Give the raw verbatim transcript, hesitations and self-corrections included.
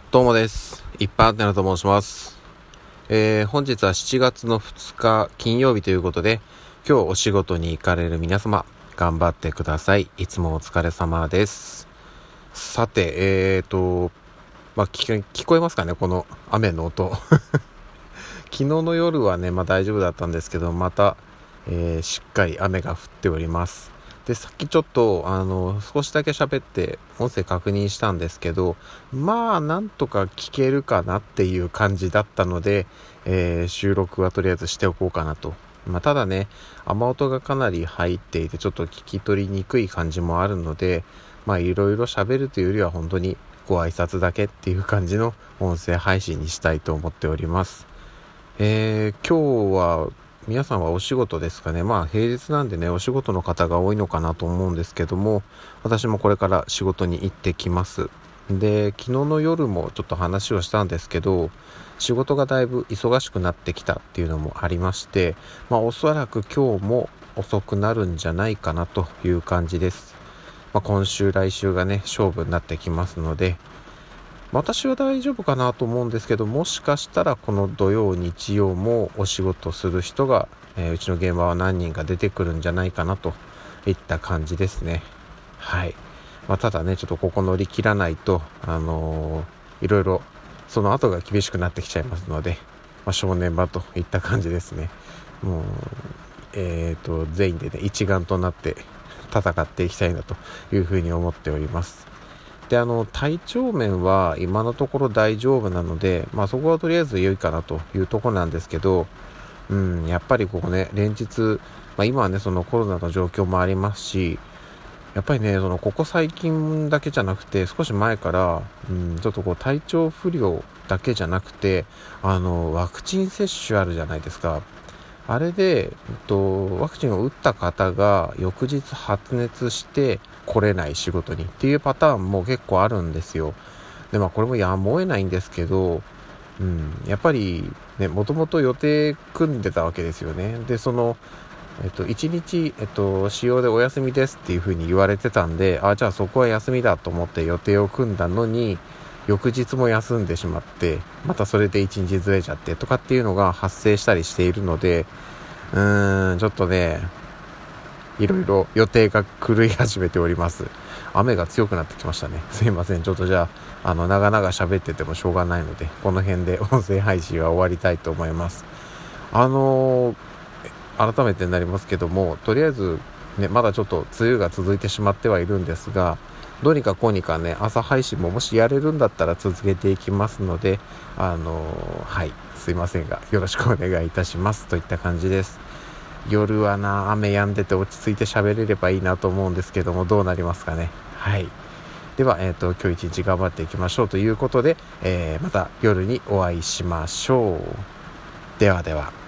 どうもです。一般アンテナと申します。えー、本日はしちがつのふつか金曜日ということで、今日お仕事に行かれる皆様、頑張ってください。いつもお疲れ様です。さて、えーと、まあ、聞, 聞こえますかね、この雨の音。昨日の夜はね、まあ大丈夫だったんですけど、また、えー、しっかり雨が降っております。で、さっきちょっと、あの、少しだけ喋って、音声確認したんですけど、まあ、なんとか聞けるかなっていう感じだったので、えー、収録はとりあえずしておこうかなと。まあ、ただね、雨音がかなり入っていて、ちょっと聞き取りにくい感じもあるので、まあ、いろいろ喋るというよりは本当にご挨拶だけっていう感じの音声配信にしたいと思っております。えー、今日は、皆さんはお仕事ですかね。まあ平日なんでね、お仕事の方が多いのかなと思うんですけども、私もこれから仕事に行ってきます。で、昨日の夜もちょっと話をしたんですけど、仕事がだいぶ忙しくなってきたっていうのもありまして、まあおそらく今日も遅くなるんじゃないかなという感じです。まあ今週来週がね、勝負になってきますので、私は大丈夫かなと思うんですけど、もしかしたらこの土曜日曜もお仕事する人が、えー、うちの現場は何人か出てくるんじゃないかなといった感じですね。はい。まあ、ただね、ちょっとここ乗り切らないと、あのー、いろいろその後が厳しくなってきちゃいますので、まあ、正念場といった感じですね。もう、えっと、全員でね、一丸となって戦っていきたいなというふうに思っております。で、あの、体調面は今のところ大丈夫なので、まあそこはとりあえず良いかなというところなんですけど、うん、やっぱりここね、連日、まあ今はね、そのコロナの状況もありますし、やっぱりね、そのここ最近だけじゃなくて、少し前から、うん、ちょっとこう体調不良だけじゃなくて、あの、ワクチン接種あるじゃないですか。あれで、えっと、ワクチンを打った方が翌日発熱して来れない仕事にっていうパターンも結構あるんですよ。で、まあこれもやむを得ないんですけど、うん、やっぱりね、もともと予定組んでたわけですよね。で、その、えっと、一日、えっと、使用でお休みですっていう風に言われてたんで、あ、じゃあそこは休みだと思って予定を組んだのに、翌日も休んでしまって、またそれで一日ずれちゃってとかっていうのが発生したりしているので、うーん、ちょっとね、いろいろ予定が狂い始めております。雨が強くなってきましたね。すいません。ちょっとじゃあ、あの、長々喋っててもしょうがないので、この辺で音声配信は終わりたいと思います。あのー、改めてになりますけども、とりあえず、ね、まだちょっと梅雨が続いてしまってはいるんですが、どうにかこうにかね、朝配信ももしやれるんだったら続けていきますので、あのー、はい、すいませんが、よろしくお願いいたしますといった感じです。夜はな、雨止んでて落ち着いて喋れればいいなと思うんですけども、どうなりますかね。はい。では、えっと、今日一日頑張っていきましょうということで、えー、また夜にお会いしましょう。ではでは。